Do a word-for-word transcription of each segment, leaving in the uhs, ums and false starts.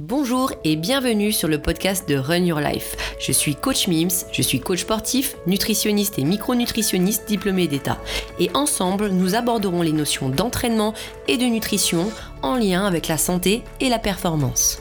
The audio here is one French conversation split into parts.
Bonjour et bienvenue sur le podcast de Run Your Life. Je suis coach Mims, je suis coach sportif, nutritionniste et micronutritionniste diplômé d'État. Et ensemble, nous aborderons les notions d'entraînement et de nutrition en lien avec la santé et la performance.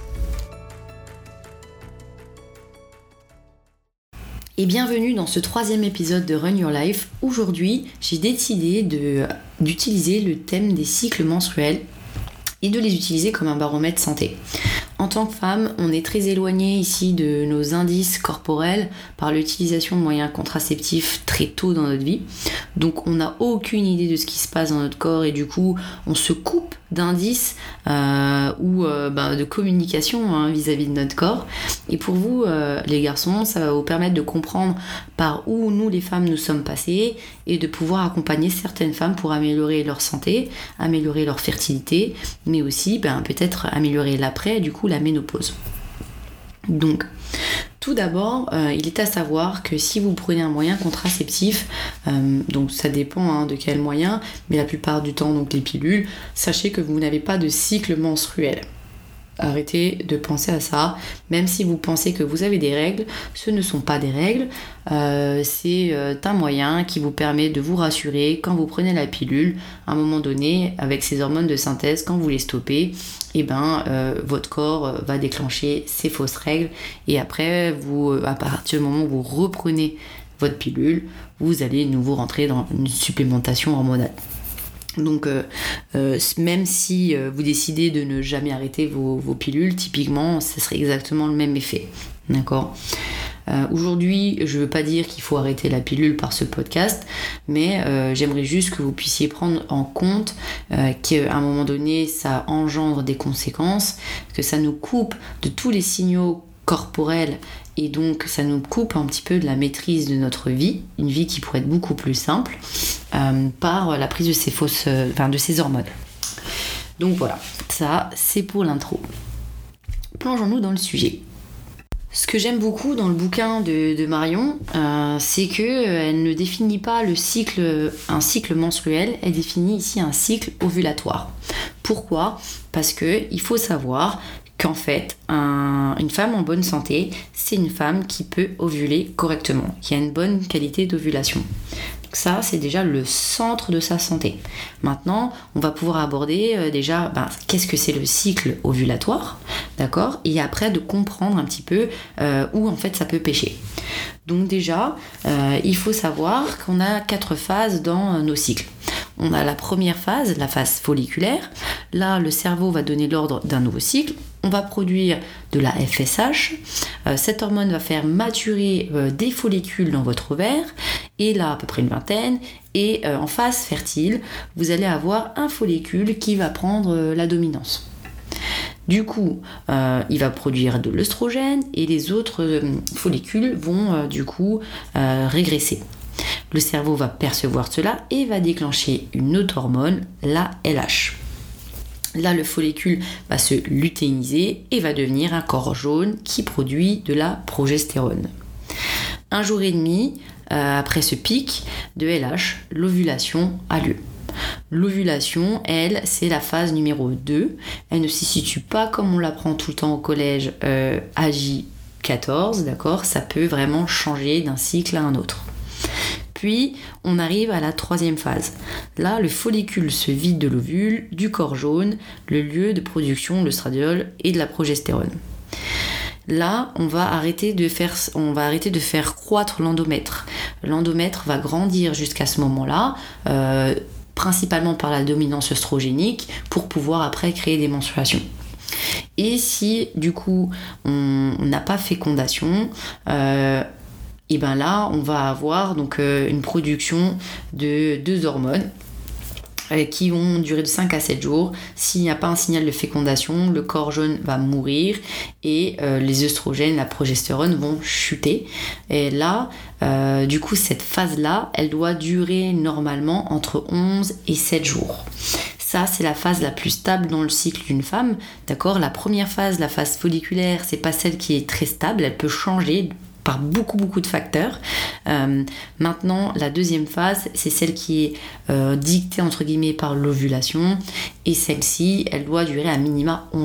Et bienvenue dans ce troisième épisode de Run Your Life. Aujourd'hui, j'ai décidé de, d'utiliser le thème des cycles menstruels et de les utiliser comme un baromètre santé. En tant que femme, on est très éloigné ici de nos indices corporels par l'utilisation de moyens contraceptifs très tôt dans notre vie. Donc on n'a aucune idée de ce qui se passe dans notre corps et du coup on se coupe d'indices euh, ou euh, ben, de communication hein, vis-à-vis de notre corps. Et pour vous euh, les garçons, ça va vous permettre de comprendre par où nous les femmes nous sommes passées et de pouvoir accompagner certaines femmes pour améliorer leur santé, améliorer leur fertilité, mais aussi ben, peut-être améliorer l'après, du coup la ménopause. Donc, tout d'abord, euh, il est à savoir que si vous prenez un moyen contraceptif, euh, donc ça dépend hein, de quel moyen, mais la plupart du temps, donc les pilules, sachez que vous n'avez pas de cycle menstruel. Arrêtez de penser à ça, même si vous pensez que vous avez des règles, ce ne sont pas des règles, euh, c'est euh, un moyen qui vous permet de vous rassurer quand vous prenez la pilule, à un moment donné, avec ces hormones de synthèse, quand vous les stoppez, et ben, euh, votre corps va déclencher ces fausses règles, et après, vous, à partir du moment où vous reprenez votre pilule, vous allez de nouveau rentrer dans une supplémentation hormonale. Donc euh, euh, même si euh, vous décidez de ne jamais arrêter vos, vos pilules, typiquement, ça serait exactement le même effet. D'accord ? Euh, aujourd'hui, je ne veux pas dire qu'il faut arrêter la pilule par ce podcast, mais euh, j'aimerais juste que vous puissiez prendre en compte euh, qu'à un moment donné, ça engendre des conséquences, que ça nous coupe de tous les signaux corporels et donc ça nous coupe un petit peu de la maîtrise de notre vie, une vie qui pourrait être beaucoup plus simple euh, par la prise de ces fausses, euh, enfin de ces hormones. Donc voilà, ça c'est pour l'intro. Plongeons-nous dans le sujet. Ce que j'aime beaucoup dans le bouquin de, de Marion, euh, c'est qu'elle euh, ne définit pas le cycle, un cycle menstruel, elle définit ici un cycle ovulatoire. Pourquoi ? Parce qu'il faut savoir qu'en fait, un, une femme en bonne santé, c'est une femme qui peut ovuler correctement, qui a une bonne qualité d'ovulation. Donc ça, c'est déjà le centre de sa santé. Maintenant, on va pouvoir aborder euh, déjà ben, qu'est-ce que c'est le cycle ovulatoire, d'accord ? Et après, de comprendre un petit peu euh, où en fait ça peut pêcher. Donc déjà, euh, il faut savoir qu'on a quatre phases dans euh, nos cycles. On a la première phase, la phase folliculaire. Là, le cerveau va donner l'ordre d'un nouveau cycle. On va produire de la F S H. Euh, cette hormone va faire maturer euh, des follicules dans votre ovaire. Et là, à peu près une vingtaine. Et euh, en phase fertile, vous allez avoir un follicule qui va prendre euh, la dominance. Du coup, euh, il va produire de l'œstrogène et les autres euh, follicules vont euh, du coup euh, régresser. Le cerveau va percevoir cela et va déclencher une autre hormone, la L H. Là, le follicule va se lutéiniser et va devenir un corps jaune qui produit de la progestérone. Un jour et demi euh, après ce pic de L H, l'ovulation a lieu. L'ovulation, elle, c'est la phase numéro deux. Elle ne se situe pas comme on l'apprend tout le temps au collège euh, à J quatorze, d'accord ? Ça peut vraiment changer d'un cycle à un autre. Puis, on arrive à la troisième phase. Là, le follicule se vide de l'ovule, du corps jaune, le lieu de production de l'œstradiol et de la progestérone. Là, on va arrêter de faire, on va arrêter de faire croître l'endomètre. L'endomètre va grandir jusqu'à ce moment-là, euh, principalement par la dominance œstrogénique, pour pouvoir après créer des menstruations. Et si, du coup, on n'a pas fécondation, euh, et bien là, on va avoir donc euh, une production de deux hormones euh, qui vont durer de cinq à sept jours. S'il n'y a pas un signal de fécondation, le corps jaune va mourir et euh, les œstrogènes, la progestérone vont chuter. Et là, euh, du coup, cette phase-là, elle doit durer normalement entre onze et sept jours. Ça, c'est la phase la plus stable dans le cycle d'une femme, d'accord ? La première phase, la phase folliculaire, c'est pas celle qui est très stable, elle peut changer par beaucoup beaucoup de facteurs. Euh, maintenant, la deuxième phase, c'est celle qui est euh, dictée entre guillemets par l'ovulation, et celle-ci, elle doit durer à minima onze jours.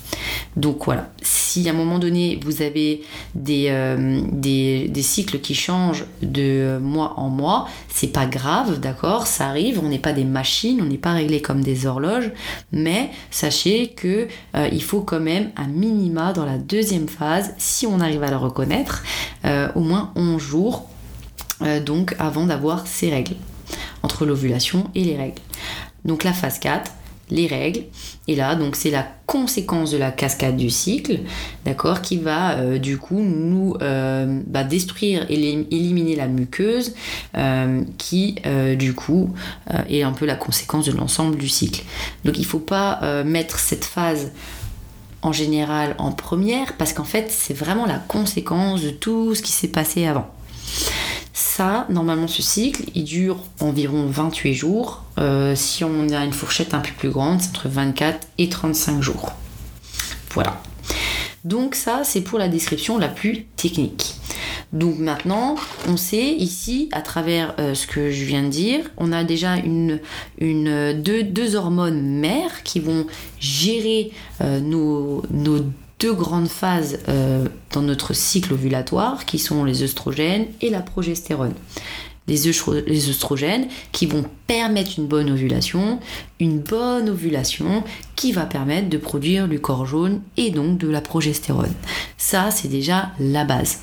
Donc voilà, si à un moment donné vous avez des, euh, des, des cycles qui changent de mois en mois, c'est pas grave, d'accord, ça arrive, on n'est pas des machines, on n'est pas réglé comme des horloges, mais sachez que euh, il faut quand même un minima dans la deuxième phase, si on arrive à le reconnaître, euh, au moins onze jours euh, donc avant d'avoir ces règles, entre l'ovulation et les règles. Donc la phase quatre, les règles, et là donc c'est la conséquence de la cascade du cycle, d'accord, qui va euh, du coup nous euh, bah, détruire et éliminer la muqueuse euh, qui euh, du coup euh, est un peu la conséquence de l'ensemble du cycle. Donc il faut pas euh, mettre cette phase en général en première, parce qu'en fait c'est vraiment la conséquence de tout ce qui s'est passé avant. Ça, normalement, ce cycle, il dure environ vingt-huit jours. Euh, si on a une fourchette un peu plus grande, c'est entre vingt-quatre et trente-cinq jours. Voilà. Donc ça, c'est pour la description la plus technique. Donc maintenant, on sait ici, à travers euh, ce que je viens de dire, on a déjà une, une, deux, deux hormones mères qui vont gérer euh, nos, nos deux grandes phases euh, dans notre cycle ovulatoire, qui sont les œstrogènes et la progestérone. Les, œstro- les œstrogènes qui vont permettre une bonne ovulation, une bonne ovulation qui va permettre de produire du corps jaune et donc de la progestérone. Ça, c'est déjà la base.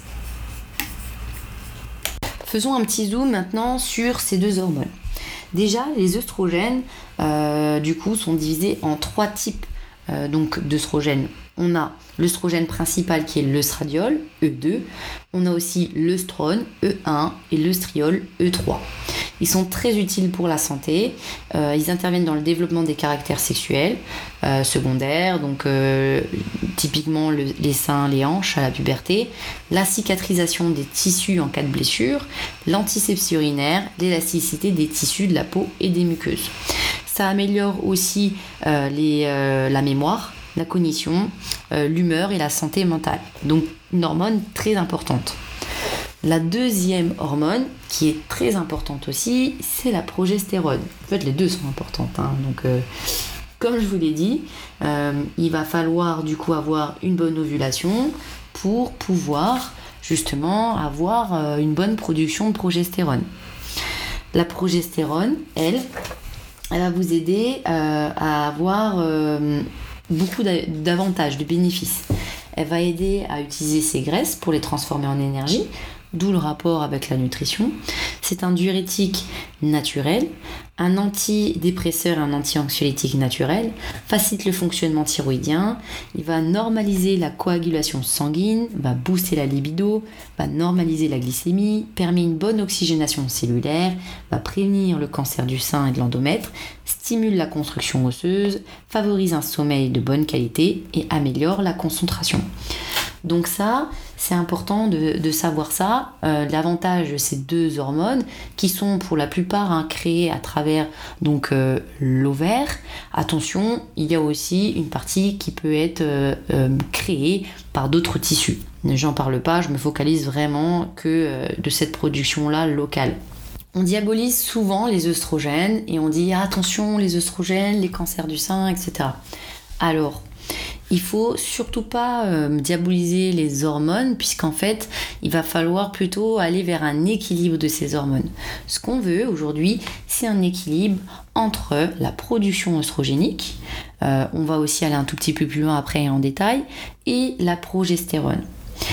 Faisons un petit zoom maintenant sur ces deux hormones. Déjà, les œstrogènes, euh, du coup, sont divisés en trois types euh, donc d'œstrogènes. On a l'œstrogène principal qui est l'œstradiol, E deux. On a aussi l'œstrone, E un, et l'œstriol, E trois. Ils sont très utiles pour la santé. Euh, ils interviennent dans le développement des caractères sexuels euh, secondaires, donc euh, typiquement le, les seins, les hanches à la puberté, la cicatrisation des tissus en cas de blessure, l'antisepsie urinaire, l'élasticité des tissus de la peau et des muqueuses. Ça améliore aussi euh, les, euh, la mémoire, la cognition, euh, l'humeur et la santé mentale. Donc une hormone très importante. La deuxième hormone, qui est très importante aussi, c'est la progestérone. En fait, les deux sont importantes. Hein. Donc, euh, comme je vous l'ai dit, euh, il va falloir du coup avoir une bonne ovulation pour pouvoir justement avoir euh, une bonne production de progestérone. La progestérone, elle, elle va vous aider euh, à avoir euh, beaucoup d'avantages, de bénéfices. Elle va aider à utiliser ces graisses pour les transformer en énergie, d'où le rapport avec la nutrition. C'est un diurétique naturel, un antidépresseur et un anti-anxiolytique naturel, facilite le fonctionnement thyroïdien, il va normaliser la coagulation sanguine, va booster la libido, va normaliser la glycémie, permet une bonne oxygénation cellulaire, va prévenir le cancer du sein et de l'endomètre, stimule la construction osseuse, favorise un sommeil de bonne qualité et améliore la concentration. Donc ça, c'est important de, de savoir ça, euh, l'avantage de ces deux hormones qui sont pour la plupart hein, créées à travers donc euh, l'ovaire. Attention, il y a aussi une partie qui peut être euh, euh, créée par d'autres tissus. J'en parle pas, je me focalise vraiment que euh, de cette production-là locale. On diabolise souvent les œstrogènes et on dit ah, attention les œstrogènes, les cancers du sein, et cetera. Alors, il faut surtout pas euh, diaboliser les hormones puisqu'en fait, il va falloir plutôt aller vers un équilibre de ces hormones. Ce qu'on veut aujourd'hui, c'est un équilibre entre la production œstrogénique, euh, on va aussi aller un tout petit peu plus loin après en détail, et la progestérone.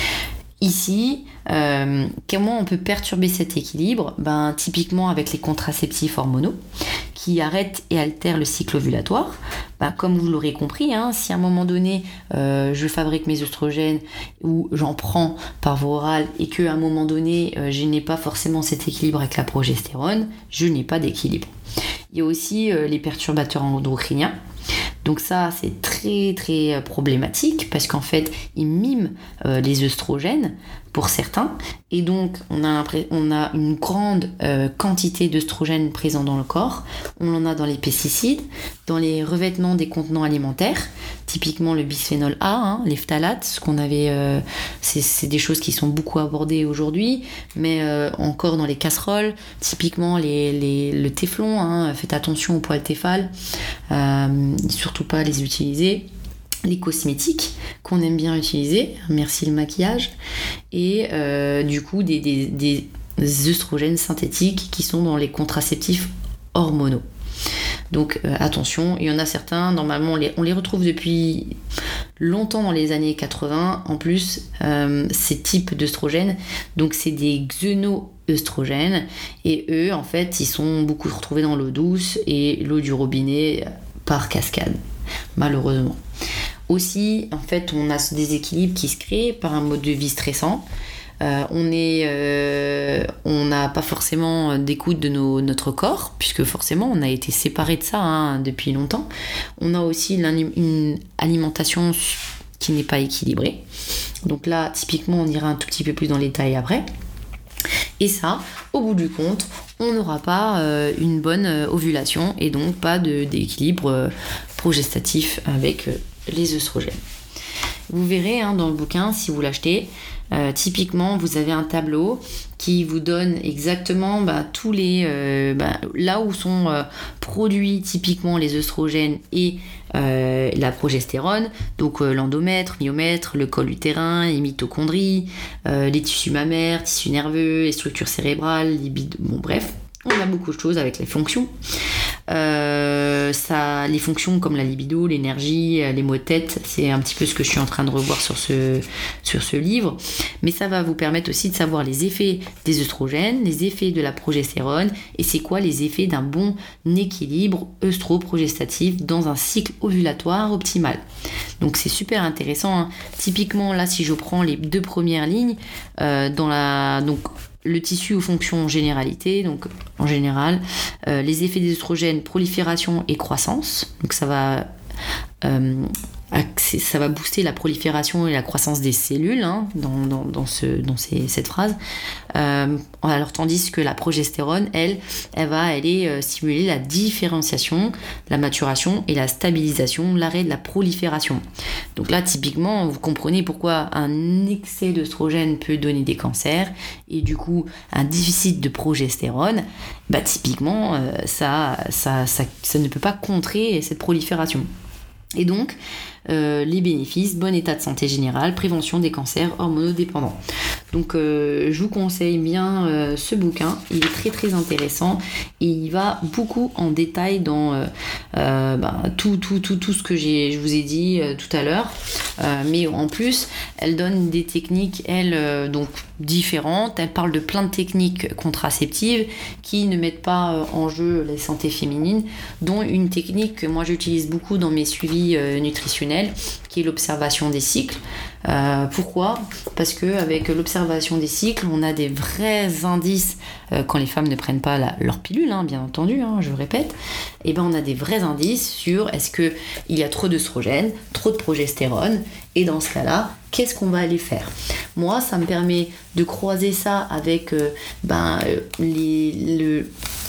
Ici, euh, comment on peut perturber cet équilibre ? Ben, typiquement avec les contraceptifs hormonaux qui arrêtent et altèrent le cycle ovulatoire. Ben, comme vous l'aurez compris, hein, si à un moment donné euh, je fabrique mes œstrogènes ou j'en prends par voie orale et qu'à un moment donné euh, je n'ai pas forcément cet équilibre avec la progestérone, je n'ai pas d'équilibre. Il y a aussi euh, les perturbateurs endocriniens. Donc ça, c'est très très problématique parce qu'en fait, ils miment euh, les œstrogènes pour certains. Et donc, on a, on a une grande euh, quantité d'œstrogènes présents dans le corps. On en a dans les pesticides, dans les revêtements des contenants alimentaires, typiquement le bisphénol A, hein, les phtalates, ce qu'on avait, euh, c'est, c'est des choses qui sont beaucoup abordées aujourd'hui, mais euh, encore dans les casseroles, typiquement les, les, le téflon, hein, faites attention au poil téfal, euh, surtout pas les utiliser. les cosmétiques qu'on aime bien utiliser, merci le maquillage, et euh, du coup des, des, des œstrogènes synthétiques qui sont dans les contraceptifs hormonaux. Donc euh, attention, il y en a certains, normalement on les, on les retrouve depuis longtemps dans les années quatre-vingts, en plus euh, ces types d'œstrogènes, donc c'est des xéno-œstrogènes, et eux en fait ils sont beaucoup retrouvés dans l'eau douce et l'eau du robinet par cascade, malheureusement. Aussi, en fait, on a ce déséquilibre qui se crée par un mode de vie stressant. Euh, on est, euh, on n'a pas forcément d'écoute de nos, notre corps, puisque forcément, on a été séparés de ça hein, depuis longtemps. On a aussi une alimentation qui n'est pas équilibrée. Donc là, typiquement, on ira un tout petit peu plus dans les détails après. Et ça, au bout du compte, on n'aura pas euh, une bonne euh, ovulation et donc pas de, d'équilibre euh, progestatif avec euh, les œstrogènes. Vous verrez hein, dans le bouquin, si vous l'achetez, euh, typiquement vous avez un tableau qui vous donne exactement bah, tous les euh, bah, là où sont euh, produits typiquement les œstrogènes et euh, la progestérone, donc euh, l'endomètre, myomètre, le col utérin, les mitochondries, euh, les tissus mammaires, tissus nerveux, les structures cérébrales, libido, bon bref. On a beaucoup de choses avec les fonctions. Euh, ça, les fonctions comme la libido, l'énergie, les maux de tête, c'est un petit peu ce que je suis en train de revoir sur ce, sur ce livre. Mais ça va vous permettre aussi de savoir les effets des œstrogènes, les effets de la progestérone et c'est quoi les effets d'un bon équilibre œstro-progestatif dans un cycle ovulatoire optimal. Donc c'est super intéressant. Hein. Typiquement, là, si je prends les deux premières lignes, euh, dans la... Donc, le tissu aux fonctions généralité, donc en général, euh, les effets des œstrogènes, prolifération et croissance, donc ça va, euh, ça va booster la prolifération et la croissance des cellules hein, dans, dans, dans, ce, dans ces, cette phrase, euh, alors tandis que la progestérone, elle, elle va aller euh, stimuler la différenciation, la maturation et la stabilisation, l'arrêt de la prolifération. Donc là, typiquement, vous comprenez pourquoi un excès d'œstrogène peut donner des cancers et du coup, un déficit de progestérone, bah, typiquement, euh, ça, ça, ça, ça ne peut pas contrer cette prolifération. Et donc, euh, les bénéfices, bon état de santé générale, prévention des cancers hormonodépendants. Donc, euh, je vous conseille bien euh, ce bouquin. Il est très très intéressant et il va beaucoup en détail dans euh, euh, bah, tout, tout, tout, tout ce que j'ai, je vous ai dit euh, tout à l'heure. Euh, mais en plus, elle donne des techniques, elle, euh, donc différentes. Elle parle de plein de techniques contraceptives qui ne mettent pas euh, en jeu la santé féminine, dont une technique que moi j'utilise beaucoup dans mes suivis euh, nutritionnels, qui est l'observation des cycles. Euh, pourquoi ? Parce qu'avec l'observation des cycles, on a des vrais indices, euh, quand les femmes ne prennent pas la, leur pilule, hein, bien entendu, hein, je le répète, et ben on a des vrais indices sur est-ce qu'il y a trop d'œstrogène, trop de progestérone, et dans ce cas-là, qu'est-ce qu'on va aller faire ? Moi, ça me permet de croiser ça avec euh, ben, euh, les, le...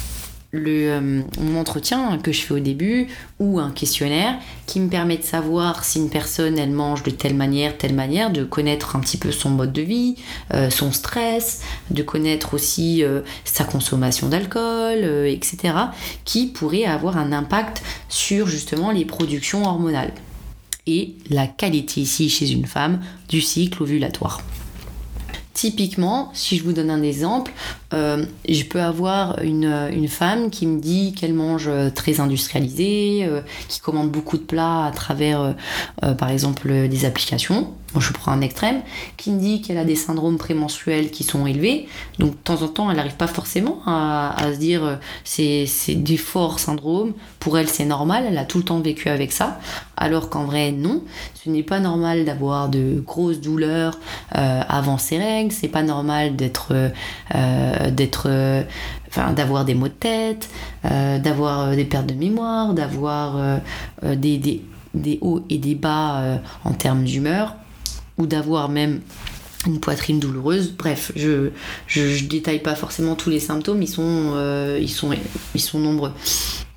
Le, euh, mon entretien que je fais au début ou un questionnaire qui me permet de savoir si une personne elle mange de telle manière, telle manière, de connaître un petit peu son mode de vie, euh, son stress, de connaître aussi euh, sa consommation d'alcool, euh, et cetera, qui pourrait avoir un impact sur justement les productions hormonales et la qualité ici chez une femme du cycle ovulatoire. Typiquement, si je vous donne un exemple, euh, je peux avoir une, une femme qui me dit qu'elle mange très industrialisé, euh, qui commande beaucoup de plats à travers, euh, euh, par exemple, des applications. Moi, je prends un extrême, qui me dit qu'elle a des syndromes prémenstruels qui sont élevés. Donc, de temps en temps, elle n'arrive pas forcément à, à se dire euh, c'est, c'est des forts syndromes. Pour elle, c'est normal. Elle a tout le temps vécu avec ça. Alors qu'en vrai, non. Ce n'est pas normal d'avoir de grosses douleurs euh, avant ses règles. C'est pas normal d'être, euh, d'être, euh, enfin, d'avoir des maux de tête, euh, d'avoir des pertes de mémoire, d'avoir euh, des, des, des hauts et des bas euh, en termes d'humeur, ou d'avoir même une poitrine douloureuse. Bref, je, je, je détaille pas forcément tous les symptômes, ils sont, euh, ils sont, ils sont nombreux.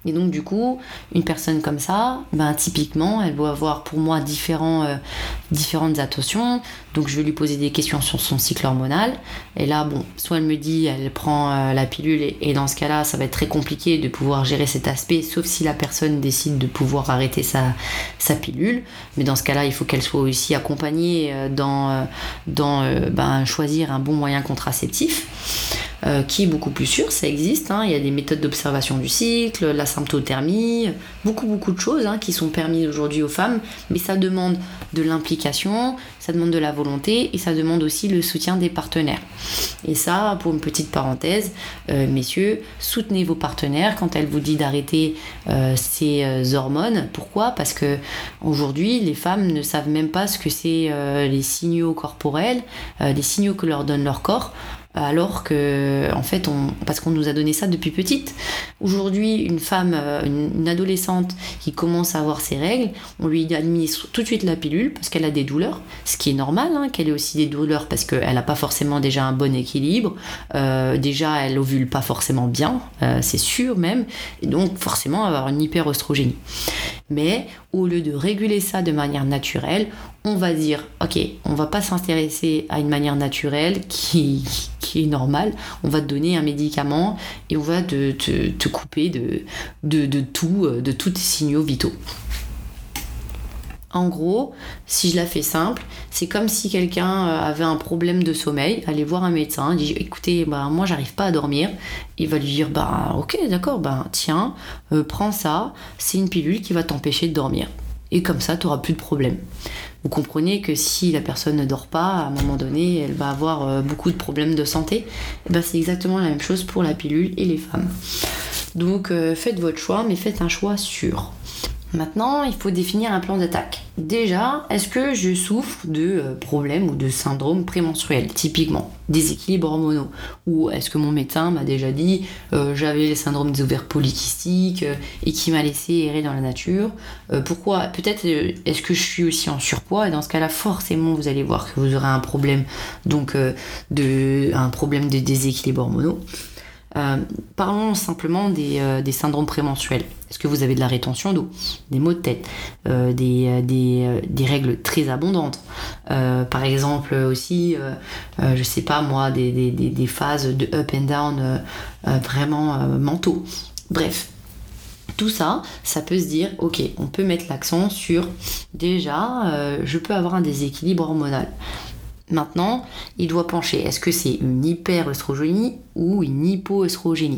Et donc du coup, une personne comme ça, ben, typiquement, elle doit avoir pour moi différents, euh, différentes attentions. Donc je vais lui poser des questions sur son cycle hormonal. Et là, bon, soit elle me dit, elle prend euh, la pilule, et, et dans ce cas-là, ça va être très compliqué de pouvoir gérer cet aspect, sauf si la personne décide de pouvoir arrêter sa, sa pilule. Mais dans ce cas-là, il faut qu'elle soit aussi accompagnée euh, dans, euh, dans euh, ben, choisir un bon moyen contraceptif. Euh, qui est beaucoup plus sûr, ça existe, hein. Il y a des méthodes d'observation du cycle, la symptothermie, beaucoup beaucoup de choses hein, qui sont permises aujourd'hui aux femmes, mais ça demande de l'implication, ça demande de la volonté et ça demande aussi le soutien des partenaires. Et ça, pour une petite parenthèse, euh, messieurs, soutenez vos partenaires quand elle vous dit d'arrêter euh, ces euh, hormones. Pourquoi ? Parce que aujourd'hui, les femmes ne savent même pas ce que c'est euh, les signaux corporels, euh, les signaux que leur donne leur corps. Alors que, en fait, on, parce qu'on nous a donné ça depuis petite. Aujourd'hui, une femme, une, une adolescente qui commence à avoir ses règles, on lui administre tout de suite la pilule parce qu'elle a des douleurs, ce qui est normal, hein, qu'elle ait aussi des douleurs parce qu'elle n'a pas forcément déjà un bon équilibre. Euh, déjà, elle ovule pas forcément bien, euh, c'est sûr même, et donc forcément avoir une hyperœstrogénie. Mais au lieu de réguler ça de manière naturelle, on va dire, ok, on va pas s'intéresser à une manière naturelle qui, qui est normale, on va te donner un médicament et on va te, te, te couper de, de, de tout, de tous tes signaux vitaux. En gros, si je la fais simple, c'est comme si quelqu'un avait un problème de sommeil, allait voir un médecin, dit écoutez, bah, moi j'arrive pas à dormir. Il va lui dire bah ok d'accord, bah tiens, euh, prends ça, c'est une pilule qui va t'empêcher de dormir. Et comme ça, tu n'auras plus de problème. Vous comprenez que si la personne ne dort pas, à un moment donné, elle va avoir euh, beaucoup de problèmes de santé. Et ben, c'est exactement la même chose pour la pilule et les femmes. Donc euh, faites votre choix, mais faites un choix sûr. Maintenant, il faut définir un plan d'attaque. Déjà, est-ce que je souffre de euh, problèmes ou de syndromes prémenstruels, typiquement déséquilibres hormonaux, ou est-ce que mon médecin m'a déjà dit euh, j'avais le syndrome des ovaires polykystiques euh, et qui m'a laissé errer dans la nature. Euh, pourquoi ? Peut-être euh, est-ce que je suis aussi en surpoids, et dans ce cas-là, forcément, vous allez voir que vous aurez un problème, donc euh, de un problème de déséquilibre hormonaux. Euh, parlons simplement des, euh, des syndromes prémenstruels. Est-ce que vous avez de la rétention d'eau, des maux de tête, euh, des, euh, des, euh, des règles très abondantes, euh, par exemple aussi, euh, euh, je sais pas moi, des, des, des, des phases de up and down euh, euh, vraiment euh, mentaux. Bref, tout ça, ça peut se dire, ok, on peut mettre l'accent sur déjà, euh, je peux avoir un déséquilibre hormonal. Maintenant, il doit pencher. Est-ce que c'est une hyperœstrogénie ou une hypoœstrogénie ?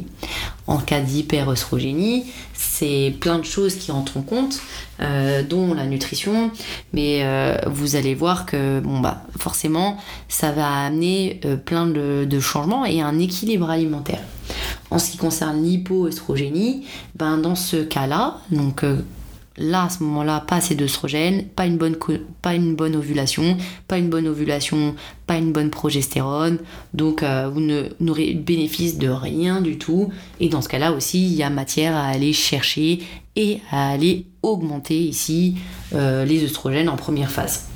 En cas d'hyperœstrogénie, c'est plein de choses qui rentrent en compte, euh, dont la nutrition, mais euh, vous allez voir que bon bah forcément, ça va amener euh, plein de, de changements et un équilibre alimentaire. En ce qui concerne l'hypoœstrogénie, ben dans ce cas-là, donc euh, là, à ce moment-là, pas assez d'œstrogène, pas une bonne, co- pas une bonne ovulation, pas une bonne ovulation, pas une bonne progestérone. Donc, euh, vous ne, n'aurez bénéfice de rien du tout. Et dans ce cas-là aussi, il y a matière à aller chercher et à aller augmenter ici euh, les œstrogènes en première phase.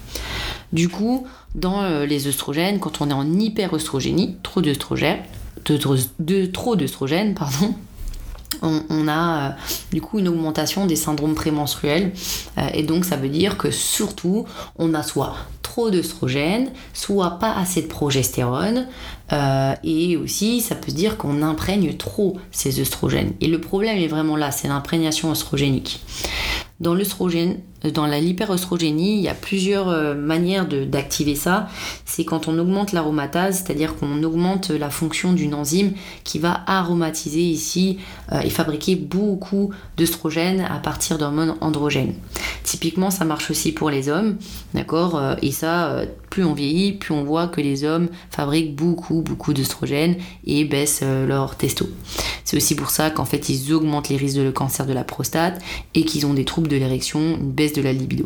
Du coup, dans euh, les œstrogènes, quand on est en hyperœstrogénie, trop d'œstrogènes, de, de, de, trop d'œstrogènes, pardon, On, on a euh, du coup une augmentation des syndromes prémenstruels euh, et donc ça veut dire que surtout on a soit trop d'œstrogènes, soit pas assez de progestérone euh, et aussi ça peut se dire qu'on imprègne trop ces œstrogènes. Et le problème est vraiment là, c'est l'imprégnation œstrogénique. Dans l'œstrogène, dans la l'hyperœstrogénie, il y a plusieurs euh, manières de, d'activer ça. C'est quand on augmente l'aromatase, c'est-à-dire qu'on augmente la fonction d'une enzyme qui va aromatiser ici euh, et fabriquer beaucoup d'œstrogènes à partir d'hormones androgènes. Typiquement, ça marche aussi pour les hommes, d'accord ? euh, Et ça, euh, plus on vieillit, plus on voit que les hommes fabriquent beaucoup, beaucoup d'œstrogènes et baissent euh, leur testo. C'est aussi pour ça qu'en fait, ils augmentent les risques de le cancer de la prostate et qu'ils ont des troubles de l'érection, une baisse de la libido.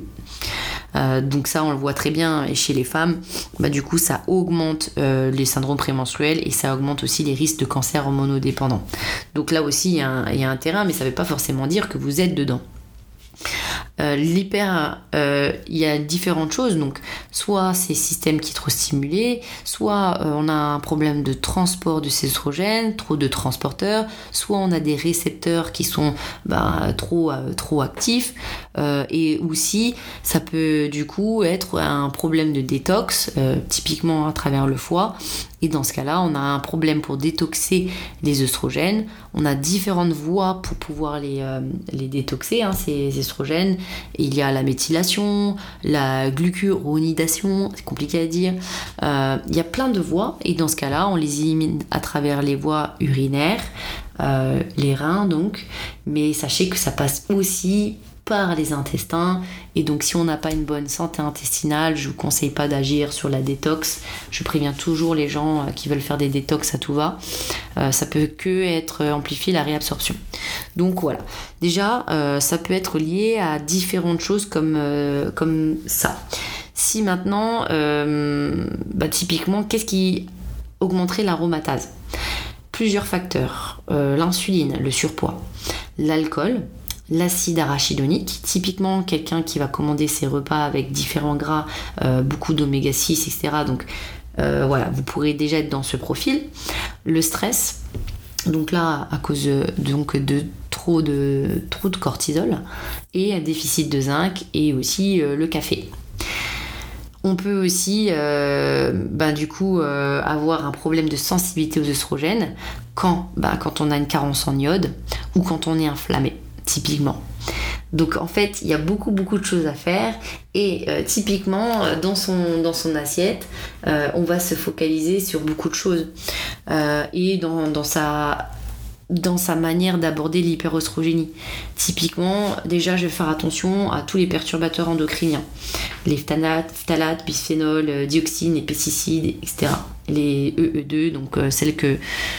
Euh, donc ça, on le voit très bien. Et chez les femmes, bah, du coup, ça augmente euh, les syndromes prémenstruels et ça augmente aussi les risques de cancer hormonodépendant. Donc là aussi, il y, y a un terrain, mais ça ne veut pas forcément dire que vous êtes dedans. Euh, l'hyper, euh, il y a différentes choses. Donc, soit c'est le système qui est trop stimulé, soit euh, on a un problème de transport de ces oestrogènes, trop de transporteurs, soit on a des récepteurs qui sont bah, trop, euh, trop actifs. Euh, et aussi, ça peut du coup être un problème de détox, euh, typiquement à travers le foie. Et dans ce cas-là, on a un problème pour détoxer les œstrogènes. On a différentes voies pour pouvoir les, euh, les détoxer, hein, ces œstrogènes. Il y a la méthylation, la glucuronidation, c'est compliqué à dire. Euh, il y a plein de voies. Et dans ce cas-là, on les élimine à travers les voies urinaires, euh, les reins donc. Mais sachez que ça passe aussi par les intestins, et donc si on n'a pas une bonne santé intestinale, je vous conseille pas d'agir sur la détox. Je préviens toujours les gens qui veulent faire des détox à tout va, euh, ça peut que être amplifier la réabsorption. Donc voilà, déjà euh, ça peut être lié à différentes choses comme, euh, comme ça. Si maintenant euh, bah, typiquement, qu'est-ce qui augmenterait l'aromatase? Plusieurs facteurs, euh, l'insuline, le surpoids, l'alcool, l'acide arachidonique, typiquement quelqu'un qui va commander ses repas avec différents gras, euh, beaucoup d'oméga six, et cetera. Donc euh, voilà, vous pourrez déjà être dans ce profil. Le stress, donc là à cause de, donc de trop de trop de cortisol, et un déficit de zinc, et aussi euh, le café. On peut aussi euh, bah, du coup euh, avoir un problème de sensibilité aux œstrogènes quand, bah, quand on a une carence en iode ou quand on est inflammé, typiquement. Donc en fait, il y a beaucoup beaucoup de choses à faire, et euh, typiquement dans son, dans son assiette, euh, on va se focaliser sur beaucoup de choses. Euh, et dans, dans sa... dans sa manière d'aborder l'hyperostrogénie. Typiquement, déjà, je vais faire attention à tous les perturbateurs endocriniens. Les phtalates, phtalates bisphénol, euh, dioxines, les pesticides, et cetera. Les E E deux, donc euh, celles que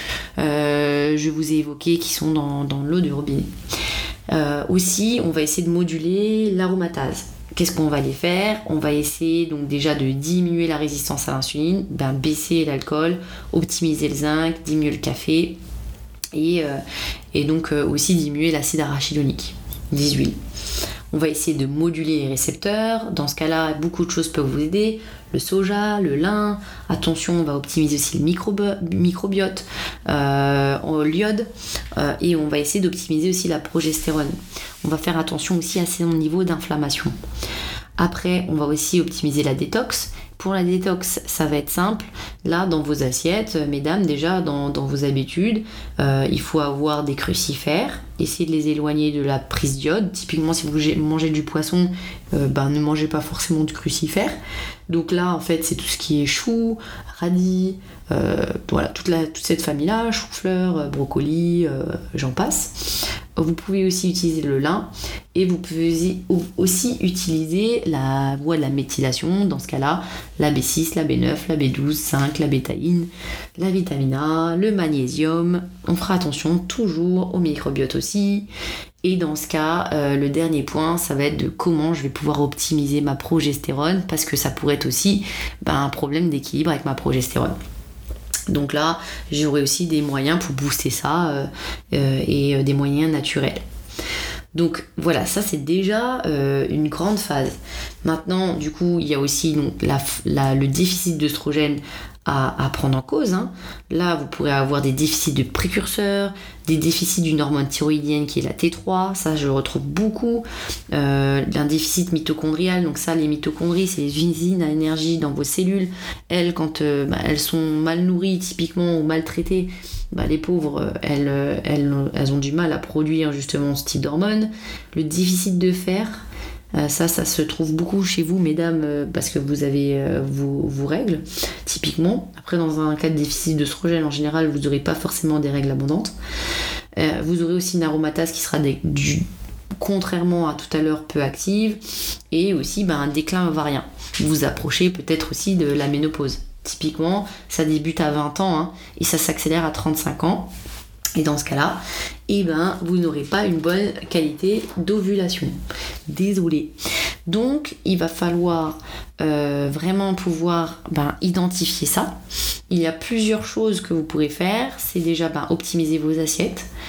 euh, je vous ai évoquées, qui sont dans, dans l'eau du robinet. Euh, aussi, on va essayer de moduler l'aromatase. Qu'est-ce qu'on va aller faire? On va essayer donc déjà de diminuer la résistance à l'insuline, ben, baisser l'alcool, optimiser le zinc, diminuer le café, et, euh, et donc euh, aussi diminuer l'acide arachidonique, des huiles. On va essayer de moduler les récepteurs. Dans ce cas-là, beaucoup de choses peuvent vous aider. Le soja, le lin. Attention, on va optimiser aussi le microbi- microbiote, euh, l'iode, euh, et on va essayer d'optimiser aussi la progestérone. On va faire attention aussi à son niveau d'inflammation. Après, on va aussi optimiser la détox. Pour la détox, ça va être simple. Là, dans vos assiettes, mesdames, déjà, dans, dans vos habitudes, euh, il faut avoir des crucifères. Essayez de les éloigner de la prise d'iode. Typiquement, si vous mangez du poisson, euh, ben, ne mangez pas forcément de crucifères. Donc là, en fait, c'est tout ce qui est choux, radis, euh, voilà, toute, la, toute cette famille-là, chou-fleur, brocoli, euh, j'en passe. Vous pouvez aussi utiliser le lin, et vous pouvez aussi utiliser la voie de la méthylation. Dans ce cas-là, la B six, la B neuf, la B douze, cinq, la bétaïne, la vitamine A, le magnésium. On fera attention toujours au microbiote aussi. Et dans ce cas, euh, le dernier point, ça va être de comment je vais pouvoir optimiser ma progestérone, parce que ça pourrait être aussi ben, un problème d'équilibre avec ma progestérone. Donc là, j'aurai aussi des moyens pour booster ça, euh, euh, et euh, des moyens naturels. Donc voilà, ça c'est déjà euh, une grande phase. Maintenant, du coup, il y a aussi donc, la, la, le déficit d'œstrogène à, à prendre en cause. Hein. Là, vous pourrez avoir des déficits de précurseurs, des déficits d'une hormone thyroïdienne qui est la T trois, ça je le retrouve beaucoup, euh, un déficit mitochondrial, donc ça les mitochondries c'est les usines à énergie dans vos cellules. Elles, quand euh, bah, elles sont mal nourries typiquement ou maltraitées, bah, les pauvres elles, elles, elles ont du mal à produire justement ce type d'hormones. Le déficit de fer, Euh, ça, ça se trouve beaucoup chez vous, mesdames, euh, parce que vous avez euh, vos, vos règles, typiquement. Après, dans un cas de déficit d'œstrogène, en général, vous n'aurez pas forcément des règles abondantes. Euh, vous aurez aussi une aromatase qui sera des, du, contrairement à tout à l'heure, peu active, et aussi ben, un déclin ovarien. Vous vous approchez peut-être aussi de la ménopause. Typiquement, ça débute à vingt ans, hein, et ça s'accélère à trente-cinq ans. Et dans ce cas-là, eh ben, vous n'aurez pas une bonne qualité d'ovulation. Désolée. Donc, il va falloir euh, vraiment pouvoir ben, identifier ça. Il y a plusieurs choses que vous pourrez faire. C'est déjà ben, optimiser vos assiettes.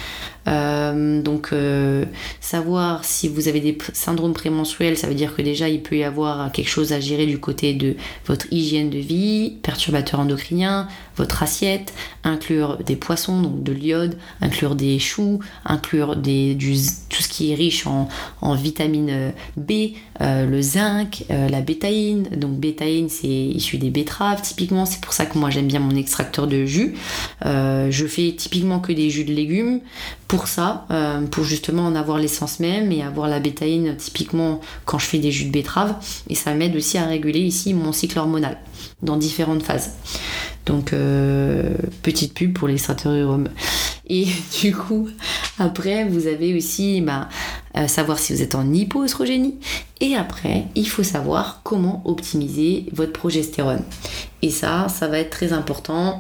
Euh, donc euh, savoir si vous avez des syndromes prémenstruels, ça veut dire que déjà il peut y avoir quelque chose à gérer du côté de votre hygiène de vie, perturbateurs endocriniens, votre assiette, inclure des poissons, donc de l'iode, inclure des choux, inclure des, du, tout ce qui est riche en, en vitamine B, euh, le zinc, euh, la bétaïne. Donc bétaïne c'est issu des betteraves typiquement, c'est pour ça que moi j'aime bien mon extracteur de jus. Euh, je fais typiquement que des jus de légumes pour ça, euh, pour justement en avoir l'essence même et avoir la bétaïne typiquement quand je fais des jus de betterave, et ça m'aide aussi à réguler ici mon cycle hormonal dans différentes phases. Donc euh, petite pub pour l'extracteur de rhum. Et du coup après vous avez aussi bah, euh, savoir si vous êtes en hypoœstrogénie, et après il faut savoir comment optimiser votre progestérone, et ça ça va être très important,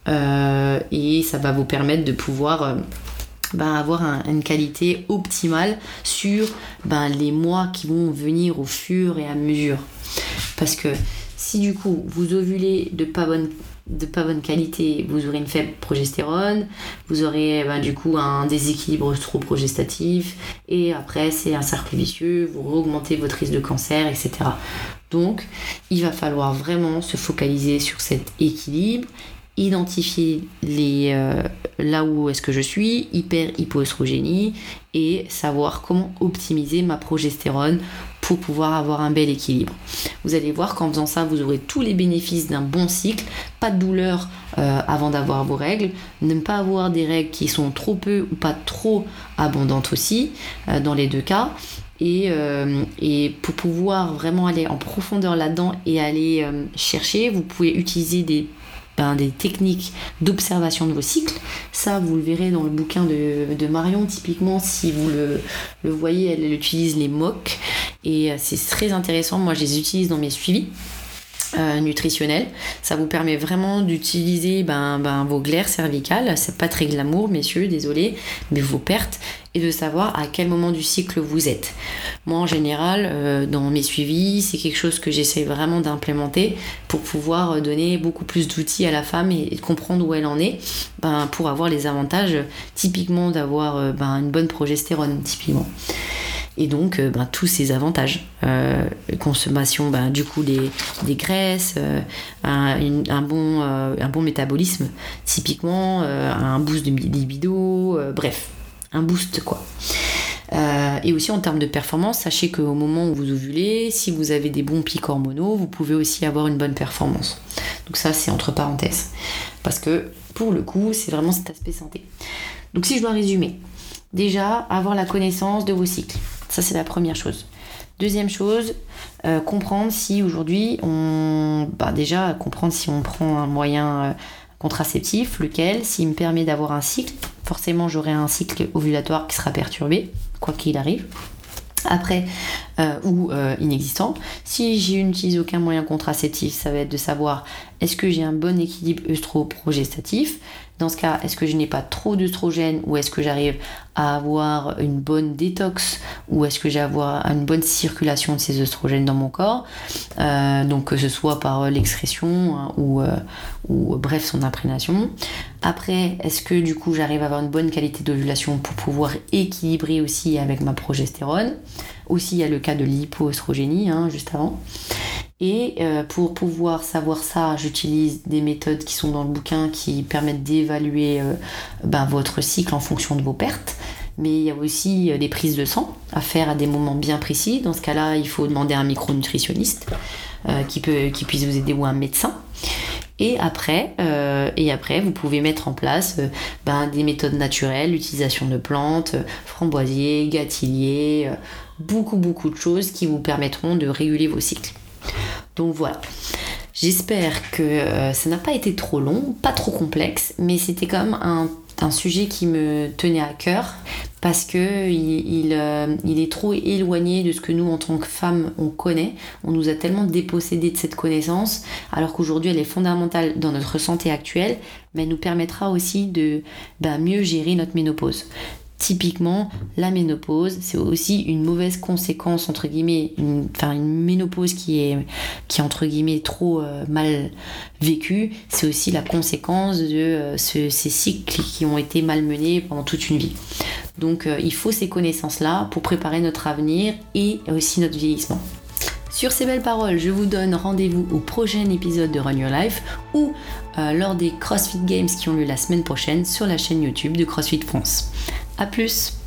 euh, et ça va vous permettre de pouvoir euh, ben, avoir un, une qualité optimale sur ben, les mois qui vont venir au fur et à mesure. Parce que si du coup vous ovulez de pas bonne, de pas bonne qualité, vous aurez une faible progestérone, vous aurez ben, du coup un déséquilibre œstroprogestatif, et après c'est un cercle vicieux, vous augmentez votre risque de cancer, et cetera. Donc il va falloir vraiment se focaliser sur cet équilibre, identifier les, euh, là où est-ce que je suis, hyper hypoœstrogénie, et savoir comment optimiser ma progestérone pour pouvoir avoir un bel équilibre. Vous allez voir qu'en faisant ça, vous aurez tous les bénéfices d'un bon cycle, pas de douleur euh, avant d'avoir vos règles, ne pas avoir des règles qui sont trop peu ou pas trop abondantes aussi, euh, dans les deux cas. Et, euh, et pour pouvoir vraiment aller en profondeur là-dedans et aller euh, chercher, vous pouvez utiliser des Ben, des techniques d'observation de vos cycles. Ça, vous le verrez dans le bouquin de, de Marion, typiquement, si vous le, le voyez, elle, elle utilise les M O C, et c'est très intéressant. Moi, je les utilise dans mes suivis euh, nutritionnels. Ça vous permet vraiment d'utiliser ben, ben, vos glaires cervicales. C'est pas très glamour, messieurs, désolé, mais vos pertes, et de savoir à quel moment du cycle vous êtes. Moi, en général, euh, dans mes suivis, c'est quelque chose que j'essaie vraiment d'implémenter pour pouvoir donner beaucoup plus d'outils à la femme et, et de comprendre où elle en est, ben, pour avoir les avantages, typiquement d'avoir euh, ben, une bonne progestérone, typiquement. Et donc, euh, ben, tous ces avantages. Euh, consommation, ben, du coup, des, des graisses, euh, un, une, un, bon, euh, un bon métabolisme, typiquement, euh, un boost de libido, euh, bref. Un boost quoi. Euh, et aussi en termes de performance, sachez qu'au moment où vous ovulez, si vous avez des bons pics hormonaux, vous pouvez aussi avoir une bonne performance. Donc ça c'est entre parenthèses. Parce que pour le coup, c'est vraiment cet aspect santé. Donc si je dois résumer, déjà avoir la connaissance de vos cycles. Ça c'est la première chose. Deuxième chose, euh, comprendre si aujourd'hui on... Bah déjà comprendre si on prend un moyen euh, contraceptif, lequel, s'il me permet d'avoir un cycle, forcément j'aurai un cycle ovulatoire qui sera perturbé, quoi qu'il arrive. Après, euh, ou euh, inexistant. Si je n'utilise aucun moyen contraceptif, ça va être de savoir est-ce que j'ai un bon équilibre œstroprogestatif. Dans ce cas, est-ce que je n'ai pas trop d'œstrogène, ou est-ce que j'arrive à avoir une bonne détox, ou est-ce que j'ai avoir une bonne circulation de ces œstrogènes dans mon corps, euh, donc que ce soit par l'excrétion hein, ou, euh, ou bref son imprégnation. Après, est-ce que du coup j'arrive à avoir une bonne qualité d'ovulation pour pouvoir équilibrer aussi avec ma progestérone. Aussi il y a le cas de l'hypoœstrogénie hein, juste avant. Et euh, pour pouvoir savoir ça, j'utilise des méthodes qui sont dans le bouquin qui permettent d'évaluer euh, ben, votre cycle en fonction de vos pertes. Mais il y a aussi des prises de sang à faire à des moments bien précis. Dans ce cas-là, il faut demander à un micronutritionniste euh, qui, peut, qui puisse vous aider, ou un médecin. Et après, euh, et après, vous pouvez mettre en place euh, ben, des méthodes naturelles, l'utilisation de plantes, euh, framboisiers, gâtilliers, euh, beaucoup beaucoup de choses qui vous permettront de réguler vos cycles. Donc voilà, j'espère que euh, ça n'a pas été trop long, pas trop complexe, mais c'était quand même un, un sujet qui me tenait à cœur parce que il, il, euh, il est trop éloigné de ce que nous en tant que femmes on connaît. On nous a tellement dépossédés de cette connaissance, alors qu'aujourd'hui elle est fondamentale dans notre santé actuelle, mais elle nous permettra aussi de bah, mieux gérer notre ménopause. Typiquement, la ménopause, c'est aussi une mauvaise conséquence, entre guillemets, une, enfin une ménopause qui est, qui est entre guillemets trop euh, mal vécue, c'est aussi la conséquence de euh, ce, ces cycles qui ont été malmenés pendant toute une vie. Donc euh, il faut ces connaissances-là pour préparer notre avenir et aussi notre vieillissement. Sur ces belles paroles, je vous donne rendez-vous au prochain épisode de Run Your Life ou euh, lors des CrossFit Games qui ont lieu la semaine prochaine sur la chaîne YouTube de CrossFit France. A plus!